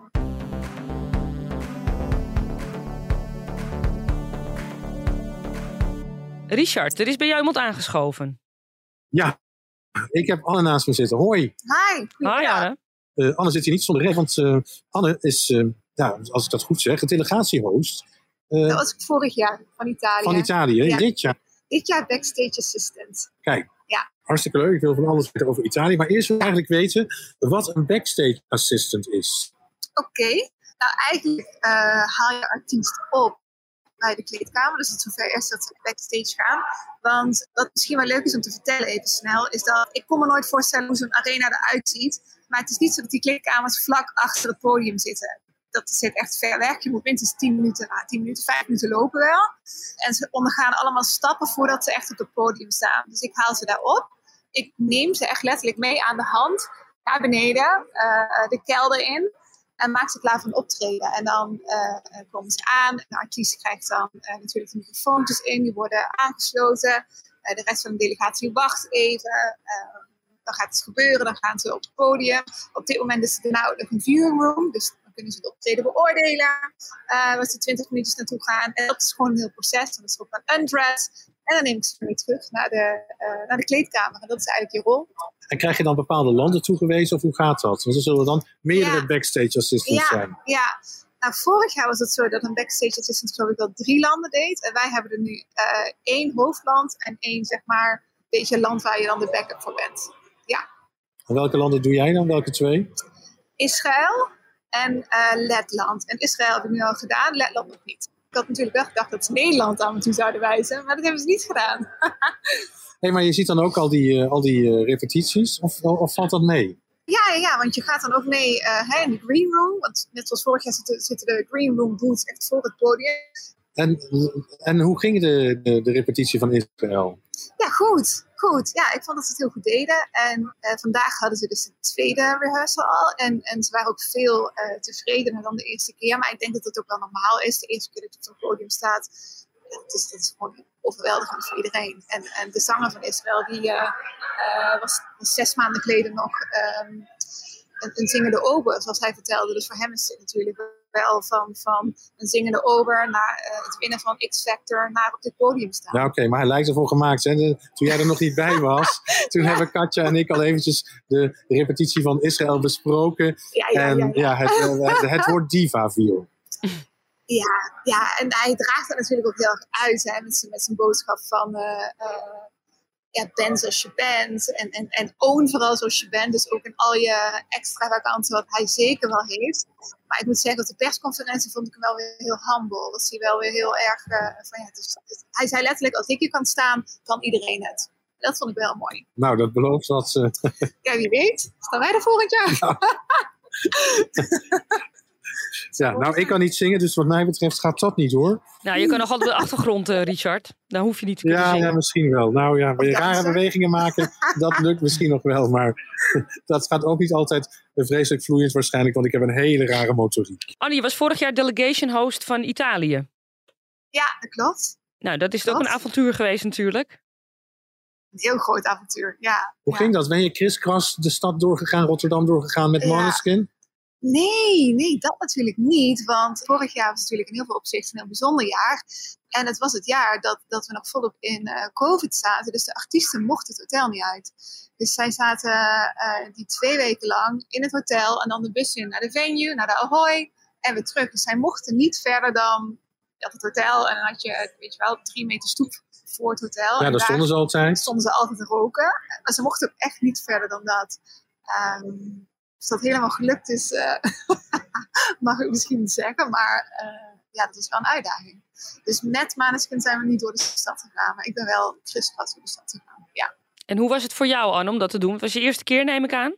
Richard, er is bij jou iemand aangeschoven. Ja, ik heb Anne naast me zitten. Hoi. Hi. Hi Anne. Uh, Anne zit hier niet zonder reden, want uh, Anne is, uh, ja, als ik dat goed zeg, een delegatiehost. Uh, dat was ik vorig jaar van Italië. Van Italië, ja. dit jaar. Dit jaar backstage assistant. Kijk, ja. Hartstikke leuk. Ik wil van alles weten over Italië. Maar eerst wil ik eigenlijk weten wat een backstage assistant is. Oké, okay. Nou eigenlijk uh, haal je artiest op bij de kleedkamer. Dus het zover is dat ze backstage gaan. Want wat misschien wel leuk is om te vertellen even snel, is dat ik kon me nooit voorstellen hoe zo'n arena eruit ziet. Maar het is niet zo dat die kleedkamers vlak achter het podium zitten. Dat zit echt ver weg. Je moet minstens tien minuten, nou, tien minuten, vijf minuten lopen wel. En ze ondergaan allemaal stappen voordat ze echt op het podium staan. Dus ik haal ze daar op. Ik neem ze echt letterlijk mee aan de hand naar beneden, uh, de kelder in. En maak ze klaar voor een optreden. En dan uh, komen ze aan. De artiest krijgt dan uh, natuurlijk de microfoontjes in. Die worden aangesloten. Uh, de rest van de delegatie wacht even. Uh, dan gaat het gebeuren. Dan gaan ze op het podium. Op dit moment is het nou een viewing room. Dus dan kunnen ze het optreden beoordelen. Uh, waar ze twintig minuutjes naartoe gaan. En dat is gewoon een heel proces. Dan is er ook een undress. En dan neem ik ze weer terug naar de, uh, naar de kleedkamer. En dat is eigenlijk je rol. En krijg je dan bepaalde landen toegewezen of hoe gaat dat? Want er zullen dan meerdere ja. backstage assistants ja, zijn. Ja, nou vorig jaar was het zo dat een backstage assistant geloof ik wel drie landen deed. En wij hebben er nu uh, één hoofdland en één zeg maar beetje land waar je dan de backup voor bent. Ja. En welke landen doe jij dan? Welke twee? Israël en uh, Letland. En Israël heb ik nu al gedaan, Letland nog niet. Ik had natuurlijk wel gedacht dat ze Nederland aan me toe zouden wijzen, maar dat hebben ze niet gedaan. Hey, maar je ziet dan ook al die, uh, al die uh, repetities, of, of valt dat mee? Ja, ja, ja, want je gaat dan ook mee uh, in de green room. Want net zoals vorig jaar zitten, zitten de green room booths echt voor het podium. En, en hoe ging de, de, de repetitie van Israël? Ja, goed. Goed. Ja, ik vond dat ze het heel goed deden. En uh, vandaag hadden ze dus de tweede rehearsal al. En, en ze waren ook veel uh, tevredener dan de eerste keer. Maar ik denk dat het ook wel normaal is. De eerste keer dat je op zo'n podium staat. Ja, het, is, het is gewoon overweldigend voor iedereen. En, en de zanger van Israël, die uh, uh, was, was zes maanden geleden nog um, een, een zingende ober, zoals hij vertelde. Dus voor hem is het natuurlijk wel van, van een zingende ober naar uh, het winnen van X-Factor naar op dit podium staan. Nou oké, okay, maar hij lijkt ervoor gemaakt. Hè? De, toen jij er nog niet bij was, toen ja. hebben Katja en ik al eventjes de repetitie van Israël besproken. Ja, ja, en ja, ja. ja, het, het, het woord diva viel. Ja, ja, en hij draagt dat natuurlijk ook heel erg uit hè, met, zijn, met zijn boodschap van uh, uh, ja, ben zoals je bent en, en, en own vooral zoals je bent. Dus ook in al je extravaganten wat hij zeker wel heeft. Maar ik moet zeggen, op de persconferentie vond ik hem wel weer heel humble. Was hij wel weer heel erg uh, van ja, dus, dus, hij zei letterlijk, als ik hier kan staan, kan iedereen het. Dat vond ik wel mooi. Nou, dat belooft wat. Uh... Ja, wie weet. Staan wij er volgend jaar? Ja. Ja, nou, ik kan niet zingen, dus wat mij betreft gaat dat niet hoor. Nou, je kan nog altijd de achtergrond, uh, Richard. Dan hoef je niet te kunnen ja, zingen. Ja, misschien wel. Nou ja, je rare bewegingen maken, dat lukt misschien nog wel. Maar dat gaat ook niet altijd vreselijk vloeiend waarschijnlijk, want ik heb een hele rare motoriek. Annie, je was vorig jaar delegation host van Italië. Ja, dat klopt. Nou, dat is klopt. ook een avontuur geweest natuurlijk. Een heel groot avontuur, ja. Hoe ja. ging dat? Ben je kriskras de stad doorgegaan, Rotterdam doorgegaan met Måneskin? Ja. Nee, nee, dat natuurlijk niet. Want vorig jaar was natuurlijk in heel veel opzichten een heel bijzonder jaar. En het was het jaar dat, dat we nog volop in uh, COVID zaten. Dus de artiesten mochten het hotel niet uit. Dus zij zaten uh, die twee weken lang in het hotel. En dan de bus in naar de venue, naar de Ahoy. En weer terug. Dus zij mochten niet verder dan ja, het hotel. En dan had je, weet je wel, drie meter stoep voor het hotel. Ja, daar stonden ze altijd. stonden ze altijd te roken. Maar ze mochten ook echt niet verder dan dat. Um, Dus dat helemaal gelukt is, uh, mag ik misschien niet zeggen. Maar uh, ja, dat was wel een uitdaging. Dus met Måneskin zijn we niet door de stad gegaan. Maar ik ben wel kriskras door de stad gegaan, ja. En hoe was het voor jou, Anne, om dat te doen? Was je eerste keer, neem ik aan?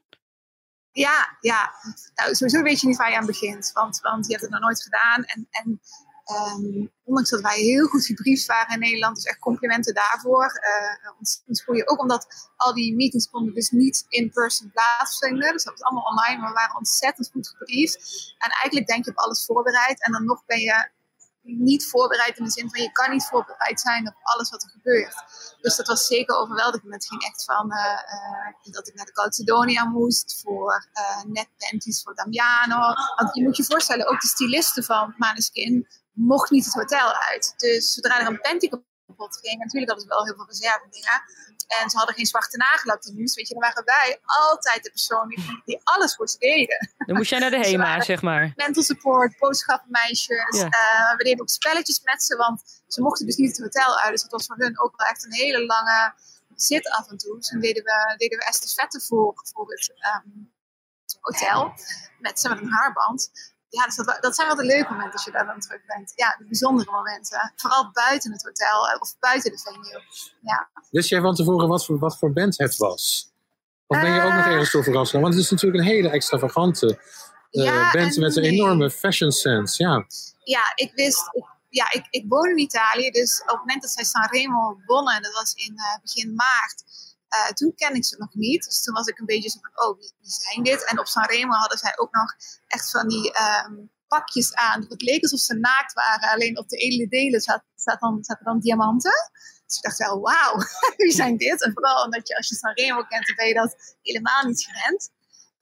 Ja, ja. Nou, sowieso weet je niet waar je aan begint. Want, want je hebt het nog nooit gedaan. En, en um, ondanks dat wij heel goed gebriefd waren in Nederland. Dus echt complimenten daarvoor. Uh, ontzettend goeie. Ook omdat al die meetings konden dus niet in person plaatsvinden. Dus dat was allemaal online. Maar we waren ontzettend goed gebriefd. En eigenlijk denk je op alles voorbereid. En dan nog ben je niet voorbereid in de zin van je kan niet voorbereid zijn op alles wat er gebeurt. Dus dat was zeker overweldigend. Het ging echt van uh, uh, dat ik naar de Calzedonia moest voor uh, net panties voor Damiano. Want je moet je voorstellen, ook de stylisten van Måneskin mocht niet het hotel uit. Dus zodra er een panty kapot ging, natuurlijk hadden ze wel heel veel reserve dingen. En ze hadden geen zwarte nagellackdienst. Weet je, dan waren wij altijd de persoon die, die alles voor ze deden. Dan moest jij naar de HEMA, zeg maar. Mental support, boodschappenmeisjes. Ja. Uh, we deden ook spelletjes met ze, want ze mochten dus niet het hotel uit. Dus dat was voor hun ook wel echt een hele lange zit af en toe. Dus dan deden we, deden we estafette voor, voor het um, hotel. Met ze met een haarband. Ja, dus dat, dat zijn wel de leuke momenten als je daar dan terug bent. Ja, de bijzondere momenten. Vooral buiten het hotel of buiten de venue. Ja. Wist jij van tevoren wat voor, wat voor band het was? Of ben je uh, ook nog ergens door verrast? Want het is natuurlijk een hele extravagante uh, ja, band met een nee. enorme fashion sense. Ja, ja ik wist... Ik, ja, ik, ik woon in Italië. Dus op het moment dat zij Sanremo wonnen, en dat was in uh, begin maart... Uh, toen kende ik ze nog niet. Dus toen was ik een beetje zo van, oh, wie, wie zijn dit? En op Sanremo hadden zij ook nog echt van die um, pakjes aan. Het leek alsof ze naakt waren. Alleen op de edele delen zaten zat dan, zat dan diamanten. Dus ik dacht wel, wauw, wie zijn dit? En vooral omdat je als je Sanremo kent, dan ben je dat helemaal niet gewend.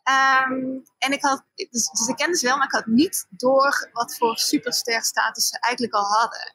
Um, en ik had, dus, dus ik kende ze wel, maar ik had niet door wat voor superster status ze eigenlijk al hadden.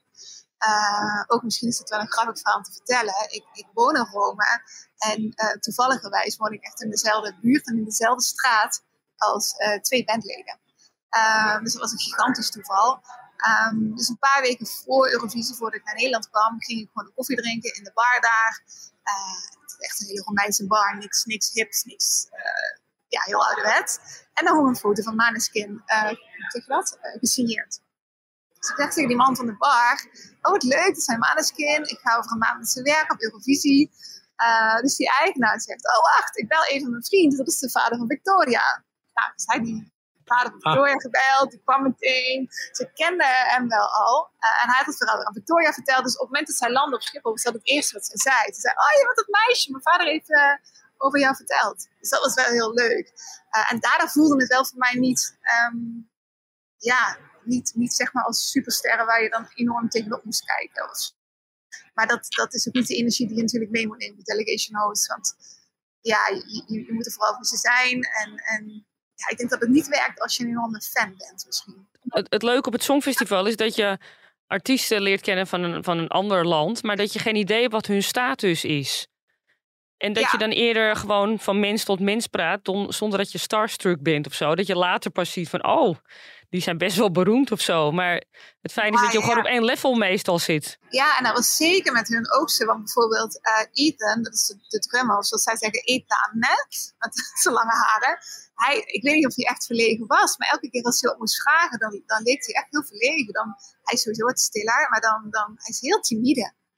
Uh, ook misschien is het wel een grappig verhaal om te vertellen. Ik, ik woon in Rome en uh, toevalligerwijs woon ik echt in dezelfde buurt en in dezelfde straat als uh, twee bandleden. Uh, dus dat was een gigantisch toeval. Um, dus een paar weken voor Eurovisie, voordat ik naar Nederland kwam, ging ik gewoon een koffie drinken in de bar daar. Uh, het was echt een hele Romeinse bar, niks, niks hips, niks, uh, ja, heel ouderwet. En dan hong een foto van Måneskin, uh, zeg je dat, uh, gesigneerd. Dus ik dacht tegen die man van de bar, oh wat leuk, dat zijn Måneskin. Ik ga over een maand met ze werken op Eurovisie. Uh, dus die eigenaar zegt, oh wacht, ik bel even mijn vriend, dat is de vader van Victoria. Nou, dus hij die vader van Victoria ah. gebeld, die kwam meteen. Ze kenden hem wel al. Uh, en hij had het verhaal aan Victoria verteld. Dus op het moment dat zij landde op Schiphol, was dat het eerste wat ze zei. Ze zei, oh je bent dat meisje, mijn vader heeft uh, over jou verteld. Dus dat was wel heel leuk. Uh, en daardoor voelde het wel voor mij niet... Um, ja... Niet, niet zeg maar als supersterren waar je dan enorm tegenop moest kijken. Maar dat, dat is ook niet de energie die je natuurlijk mee moet nemen met delegation host. Want ja, je, je, je moet er vooral voor ze zijn. En, en ja, ik denk dat het niet werkt als je een enorme fan bent misschien. Het, het leuke op het Songfestival is dat je artiesten leert kennen van een, van een ander land. Maar dat je geen idee hebt wat hun status is. En dat ja. je dan eerder gewoon van mens tot mens praat, don, zonder dat je starstruck bent of zo. Dat je later pas ziet van, oh, die zijn best wel beroemd of zo. Maar het fijn is maar, dat je ja. gewoon op één level meestal zit. Ja, en dat was zeker met hun ook zo. Want bijvoorbeeld uh, Ethan, dat is de, de drummer, of zoals zij zeggen, Ethan, met zijn lange haren. Hij, ik weet niet of hij echt verlegen was, maar elke keer als hij wat moest vragen, dan, dan leek hij echt heel verlegen. Dan, hij is sowieso wat stiller, maar dan, dan hij is heel timide.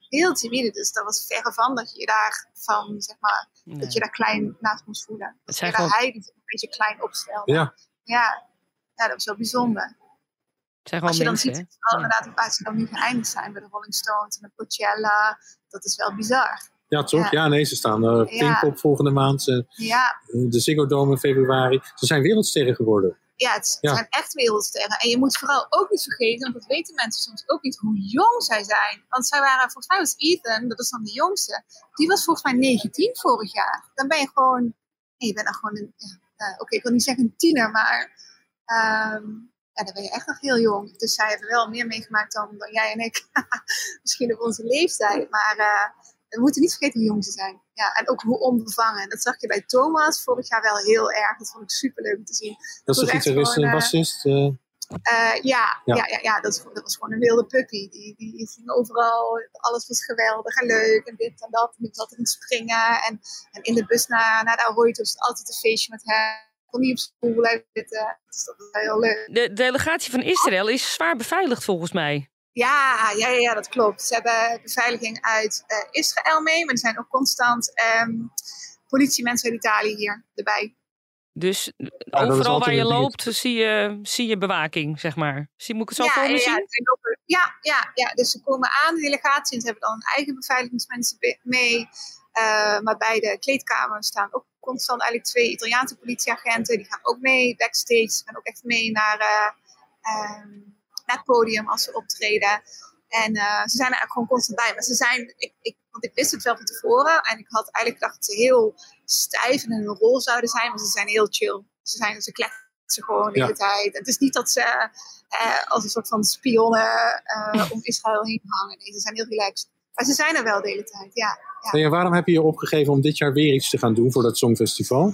heel timide. Dus dat was verre van dat je je daar van, zeg maar, nee. dat je daar klein naast moest voelen. Dat je gewoon... hij die een beetje klein opstelde. Ja. Ja. ja, dat was wel bijzonder. Als je dan mensen, ziet, dat inderdaad op ze dan nu geëindigd zijn bij de Rolling Stones en de Coachella, dat is wel bizar. Ja, toch? Ja, ja nee, ze staan uh, Pinkpop ja. volgende maand. Uh, ja. De Ziggo Dome in februari. Ze zijn wereldsterren geworden. Ja, het ja. zijn echt wereldsterren. En je moet vooral ook niet vergeten, want dat weten mensen soms ook niet, hoe jong zij zijn. Want zij waren, volgens mij was Ethan, dat is dan de jongste, die was volgens mij negentien vorig jaar. Dan ben je gewoon, nee, je bent dan gewoon een, ja, uh, oké, okay, ik wil niet zeggen een tiener, maar um, ja, dan ben je echt nog heel jong. Dus zij hebben wel meer meegemaakt dan, dan jij en ik. Misschien op onze leeftijd, maar uh, we moeten niet vergeten hoe jong ze zijn. Ja, en ook hoe onbevangen. Dat zag je bij Thomas vorig jaar wel heel erg. Dat vond ik superleuk om te zien. Dat is toch gitarist en bassist? Uh... Uh, ja, ja. Ja, ja, ja dat, is, dat was gewoon een wilde puppy. Die, die ging overal, alles was geweldig en leuk en dit en dat. En die was altijd aan het springen. En, en in de bus naar, naar de Ahoy was het altijd een feestje met hem. Kon niet op school blijven zitten. Dus dat was heel leuk. De delegatie van Israël is zwaar beveiligd volgens mij. Ja, ja, ja, dat klopt. Ze hebben beveiliging uit uh, Israël mee, maar er zijn ook constant um, politiemensen uit Italië hier erbij. Dus ja, overal waar je loopt zie je, zie je bewaking, zeg maar. Zie, moet ik het zo ja, voor me ja, zien? Ja, ja, ja, dus ze komen aan, de delegatie, en ze hebben dan hun eigen beveiligingsmensen mee. Uh, maar bij de kleedkamer staan ook constant eigenlijk twee Italiaanse politieagenten. Die gaan ook mee backstage. Ze gaan ook echt mee naar... Uh, um, naar het podium als ze optreden. En uh, ze zijn er eigenlijk gewoon constant bij. Maar ze zijn, ik, ik, want ik wist het wel van tevoren. En ik had eigenlijk gedacht dat ze heel stijf en in een rol zouden zijn. Maar ze zijn heel chill. Ze, zijn, ze kletsen gewoon de hele ja. tijd. En het is niet dat ze uh, als een soort van spionnen uh, om Israël heen hangen. Nee, ze zijn heel relaxed. Maar ze zijn er wel de hele tijd, ja. ja. Hey, en waarom heb je je opgegeven om dit jaar weer iets te gaan doen voor dat Songfestival?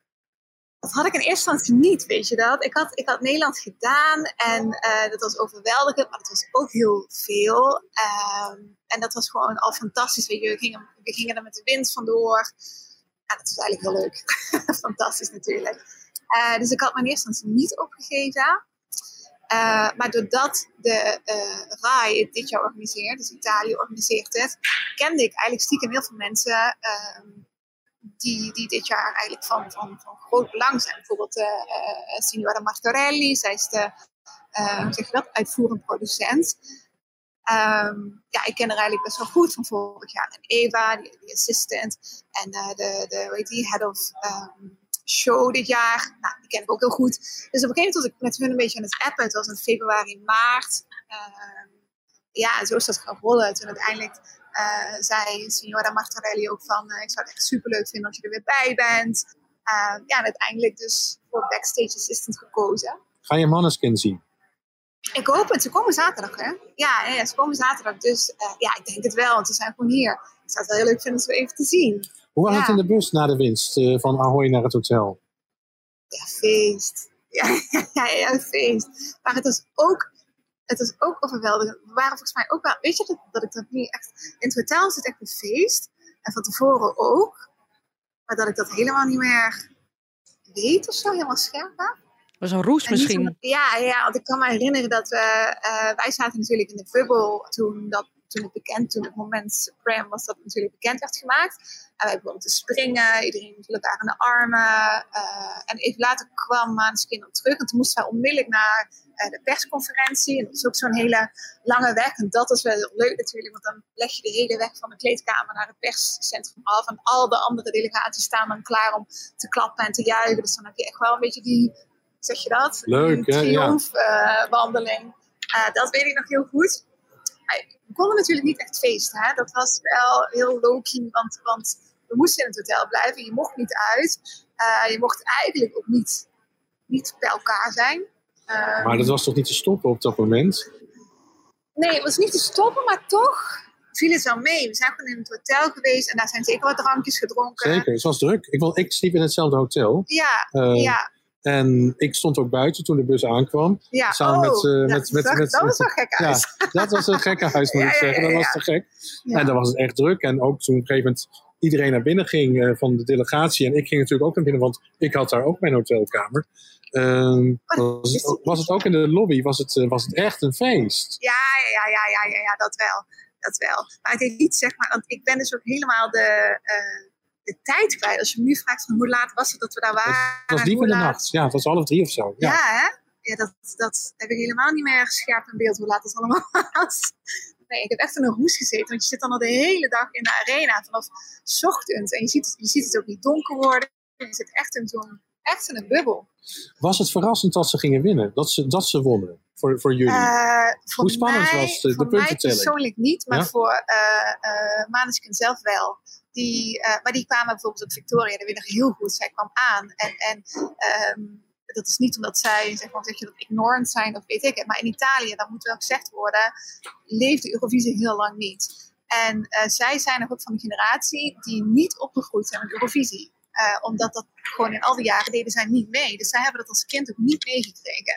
Dat had ik in eerste instantie niet, weet je dat? Ik had, ik had Nederland gedaan en uh, dat was overweldigend, maar dat was ook heel veel. Um, en dat was gewoon al fantastisch, weet je. We gingen, we gingen er met de wind vandoor. Ja, dat was eigenlijk heel leuk. Fantastisch natuurlijk. Uh, dus ik had me in eerste instantie niet opgegeven. Uh, maar doordat de uh, R A I het dit jaar organiseert, dus Italië organiseert het, kende ik eigenlijk stiekem heel veel mensen... Uh, Die, die dit jaar eigenlijk van, van, van groot belang zijn. Bijvoorbeeld uh, uh, Signora Martorelli, zij is de uh, zeg je dat, uitvoerend producent. Um, ja, ik ken haar eigenlijk best wel goed van vorig jaar. En Eva, die, die assistant. En uh, de, de weet je, head of um, show dit jaar. Nou, die ken ik ook heel goed. Dus op een gegeven moment was ik met hun een beetje aan het appen. Het was in februari, maart. Uh, ja, en zo is dat gaan rollen. Toen uiteindelijk... Uh, zei Signora Martorelli ook van, uh, ik zou het echt superleuk vinden als je er weer bij bent. Uh, ja, en uiteindelijk dus voor backstage assistant gekozen. Ga je Måneskin zien? Ik hoop het, ze komen zaterdag, hè? Ja, ja ze komen zaterdag, dus uh, ja, ik denk het wel, want ze zijn gewoon hier. Ik zou het wel heel leuk vinden om ze even te zien. Hoe was ja. het in de bus na de winst uh, van Ahoy naar het hotel? Ja, feest. Ja, ja, ja, ja, feest. Maar het was ook... Het was ook overweldigend. We waren volgens mij ook wel... Weet je dat, dat ik dat niet echt... In het hotel is het echt een feest. En van tevoren ook. Maar dat ik dat helemaal niet meer weet of zo. Helemaal scherp heb. Was een roes misschien? Zo, ja, ja, want ik kan me herinneren dat we... Uh, wij zaten natuurlijk in de bubbel toen dat... Toen het bekend, toen het moment Supreme was dat natuurlijk bekend werd gemaakt. En wij begonnen te springen, iedereen viel elkaar in de armen. Uh, en even later kwam Måneskin dan terug. En toen moesten wij onmiddellijk naar uh, de persconferentie. En dat was ook zo'n hele lange weg. En dat was wel leuk natuurlijk, want dan leg je de hele weg van de kleedkamer naar het perscentrum af. En al de andere delegaties staan dan klaar om te klappen en te juichen. Dus dan heb je echt wel een beetje die, zeg je dat? Leuk, die hè? triomfwandeling. Uh, uh, dat weet ik nog heel goed. We konden natuurlijk niet echt feesten. Hè? Dat was wel heel low-key, want, want we moesten in het hotel blijven. Je mocht niet uit. Uh, je mocht eigenlijk ook niet, niet bij elkaar zijn. Um, maar dat was toch niet te stoppen op dat moment? Nee, het was niet te stoppen, maar toch viel het wel mee. We zijn gewoon in het hotel geweest en daar zijn zeker wat drankjes gedronken. Zeker, het was druk. Ik, wil, ik sliep in hetzelfde hotel. Ja, uh, ja. En ik stond ook buiten toen de bus aankwam. Ja, samen oh, met, uh, dat, met, met, dat, met, dat was met, een gek huis. Ja, dat was een gekke huis, moet ja, ik zeggen. Ja, ja, ja. Dat was te gek. Ja. En dan was het echt druk. En ook toen op een gegeven moment iedereen naar binnen ging uh, van de delegatie. En ik ging natuurlijk ook naar binnen, want ik had daar ook mijn hotelkamer. Uh, was, het, was het ook in de lobby, was het, uh, was het echt een feest. Ja, ja, ja, ja, ja, ja, dat wel. dat wel. Maar het heeft niet, zeg maar, want ik ben dus ook helemaal de, uh, de tijd kwijt. Als je me nu vraagt van hoe laat was het dat we daar waren. Het was diep in de nacht, ja, het was half drie of zo. Ja, ja hè? Ja, dat, dat heb ik helemaal niet meer scherp in beeld hoe laat het allemaal was. Nee, ik heb echt in een roes gezeten, want je zit dan al de hele dag in de arena vanaf 's ochtends. En je ziet, je ziet het ook niet donker worden. Je zit echt in zo'n, echt in een bubbel. Was het verrassend dat ze gingen winnen? Dat ze, dat ze wonnen voor, voor jullie? Uh, voor Hoe spannend mij, was de, de voor puntentelling? Voor mij persoonlijk niet, maar ja? voor uh, uh, Måneskin zelf wel. Die, uh, maar die kwamen bijvoorbeeld op Victoria, dat weet ik nog heel goed. Zij kwam aan en... en um, dat is niet omdat zij, zeg maar, zeg je dat ignorant zijn of weet ik het. Maar in Italië, dan moet wel gezegd worden, leefde Eurovisie heel lang niet. En uh, zij zijn nog ook van de generatie die niet opgegroeid zijn met Eurovisie. Uh, omdat dat gewoon in al die jaren deden zij niet mee. Dus zij hebben dat als kind ook niet meegekregen.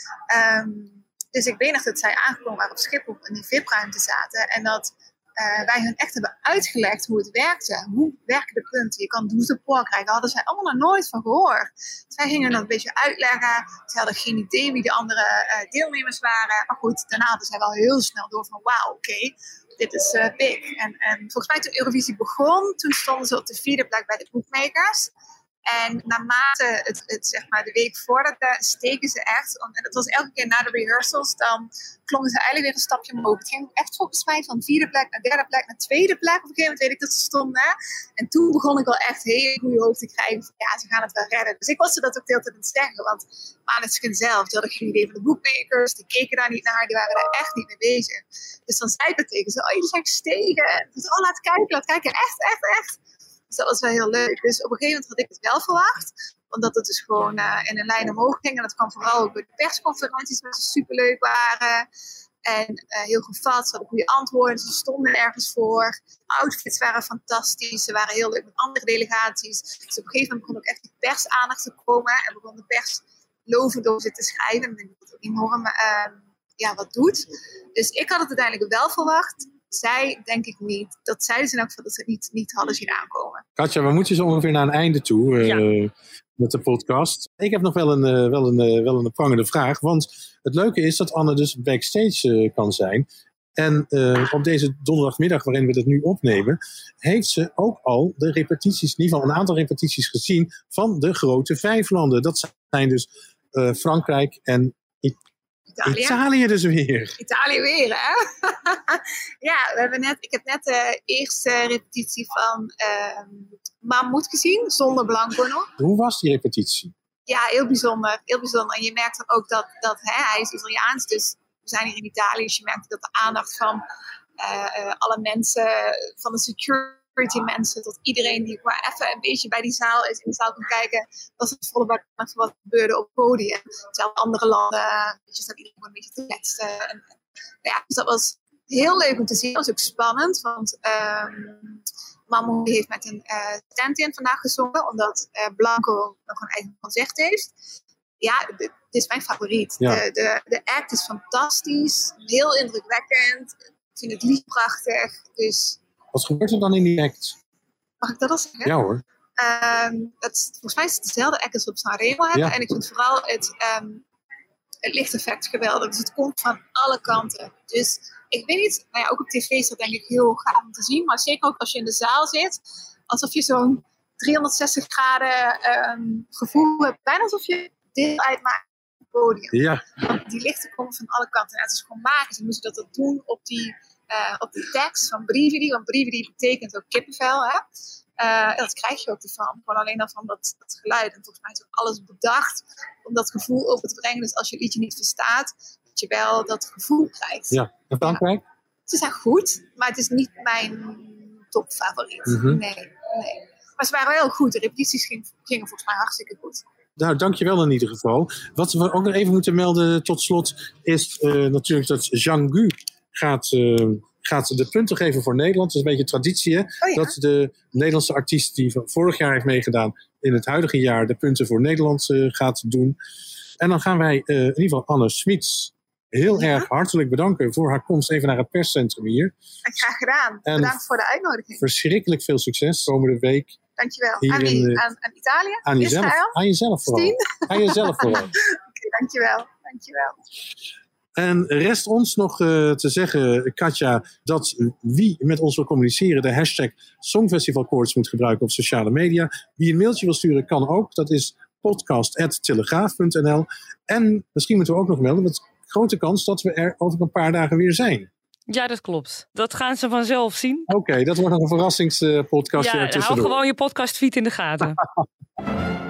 Um, dus ik weet nog dat zij aangekomen waren op Schiphol in die V I P-ruimte zaten. En dat uh, wij hun echt hebben uitgelegd hoe het werkte. Hoe werken de punten? Je kan douze points krijgen. Daar hadden zij allemaal nog nooit van gehoord. Zij gingen dat een beetje uitleggen. Ze hadden geen idee wie de andere uh, deelnemers waren. Maar goed, daarna hadden zij wel heel snel door van wauw, oké. Okay, dit is uh, big. En, en volgens mij toen Eurovisie begon, toen stonden ze op de vierde plek bij de boekmakers. En naarmate het, het, zeg maar, de week voordat uh, steken ze echt. En dat was elke keer na de rehearsals, dan klommen ze eigenlijk weer een stapje omhoog. Het ging echt volgens mij van vierde plek naar derde plek naar tweede plek. Op een gegeven moment weet ik dat ze stonden. En toen begon ik wel echt heel goede hoofd te krijgen. Van, ja, ze gaan het wel redden. Dus ik was ze dat ook de hele tijd aan het zeggen. Want Måneskin zelf, die hadden geen idee van de bookmakers. Die keken daar niet naar. Die waren daar echt niet mee bezig. Dus dan zei ik het tegen ze. Oh, jullie zijn gestegen. Dus oh, laat kijken, laat kijken. Echt, echt, echt. Dus dat was wel heel leuk. Dus op een gegeven moment had ik het wel verwacht. Omdat het dus gewoon uh, in een lijn omhoog ging. En dat kwam vooral ook door de persconferenties die superleuk waren. En uh, heel gevat. Ze hadden goede antwoorden. Ze stonden ergens voor. Outfits waren fantastisch. Ze waren heel leuk met andere delegaties. Dus op een gegeven moment begon ook echt die pers aandacht te komen. En begon de pers lovend over te schrijven. En ik denk dat dat ook enorm uh, ja, wat doet. Dus ik had het uiteindelijk wel verwacht. Zij, denk ik niet. Dat zeiden ze in elk geval dat ze het niet, niet hadden zien aankomen. Katja, we moeten zo ongeveer naar een einde toe uh, ja. met de podcast. Ik heb nog wel een, uh, wel, een, uh, wel een prangende vraag. Want het leuke is dat Anne dus backstage uh, kan zijn. En uh, op deze donderdagmiddag waarin we dit nu opnemen, heeft ze ook al de repetities, in ieder geval een aantal repetities gezien van de grote vijf landen. Dat zijn dus uh, Frankrijk en Italië. Italië dus weer. Italië weer, hè? Ja, we hebben net, ik heb net de eerste repetitie van uh, Mahmoud gezien, zonder Blanco nog. Hoe was die repetitie? Ja, heel bijzonder. Heel bijzonder. En je merkt dan ook dat, dat hè, hij is Italiaans, dus we zijn hier in Italië. Dus je merkt dat de aandacht van uh, uh, alle mensen, van de security mensen, tot iedereen die maar even een beetje bij die zaal is, in de zaal kan kijken, was het volle bak van wat gebeurde op het podium. Terwijl andere landen, weet je, staat iedereen een beetje te teksten. En, en, ja, dus dat was heel leuk om te zien. Dat was ook spannend, want um, Mahmoud heeft met een uh, stand-in vandaag gezongen, omdat uh, Blanco nog een eigen concert heeft. Ja, dit is mijn favoriet. Ja. De, de, de act is fantastisch, heel indrukwekkend. Ik vind het lied prachtig, dus... Wat gebeurt er dan in die act? Mag ik dat al zeggen? Ja hoor. Um, het, volgens mij is het dezelfde act als we op Sanremo hebben. Ja. En ik vind vooral het, um, het lichteffect geweldig. Dus het komt van alle kanten. Dus ik weet niet, nou ja, ook op tv is dat denk ik heel gaaf om te zien. Maar zeker ook als je in de zaal zit. Alsof je zo'n driehonderdzestig graden um, gevoel hebt. Bijna alsof je deel uitmaakt van het podium. Ja. Want die lichten komen van alle kanten. En het is gewoon magisch. En hoe ze dat dan doen op die... Uh, op de tekst van Brividi, want Brividi betekent ook kippenvel, hè? Uh, dat krijg je ook ervan, gewoon alleen al van dat, dat geluid. En volgens mij is ook alles bedacht om dat gevoel over te brengen. Dus als je het liedje niet verstaat, dat je wel dat gevoel krijgt. Ja, en Frankrijk? Ja. Ze zijn goed, maar het is niet mijn topfavoriet. Mm-hmm. Nee, nee. Maar ze waren wel heel goed, de repetities gingen, gingen volgens mij hartstikke goed. Nou, dankjewel in ieder geval. Wat we ook nog even moeten melden tot slot is uh, natuurlijk dat Jean Gu Gaat, uh, gaat de punten geven voor Nederland. Dat is een beetje traditie, hè? Oh ja. Dat de Nederlandse artiest die vorig jaar heeft meegedaan in het huidige jaar de punten voor Nederland uh, gaat doen. En dan gaan wij uh, in ieder geval Anne Smits heel ja. erg hartelijk bedanken voor haar komst even naar het perscentrum hier. Graag gedaan. En bedankt voor de uitnodiging. Verschrikkelijk veel succes komende week. Dankjewel. Aan wie? In, uh, aan, aan Italië? Aan jezelf. Aan jezelf vooral. Aan jezelf vooral. Okay, dankjewel. Dankjewel. En rest ons nog uh, te zeggen, Katja, dat wie met ons wil communiceren de hashtag Songfestivalkoorts moet gebruiken op sociale media. Wie een mailtje wil sturen kan ook. Dat is podcast at telegraaf punt n l. En misschien moeten we ook nog melden, met grote kans dat we er over een paar dagen weer zijn. Ja, dat klopt. Dat gaan ze vanzelf zien. Oké, okay, dat wordt nog een verrassingspodcastje ja, ertussendoor. Hou gewoon je podcastfeed in de gaten.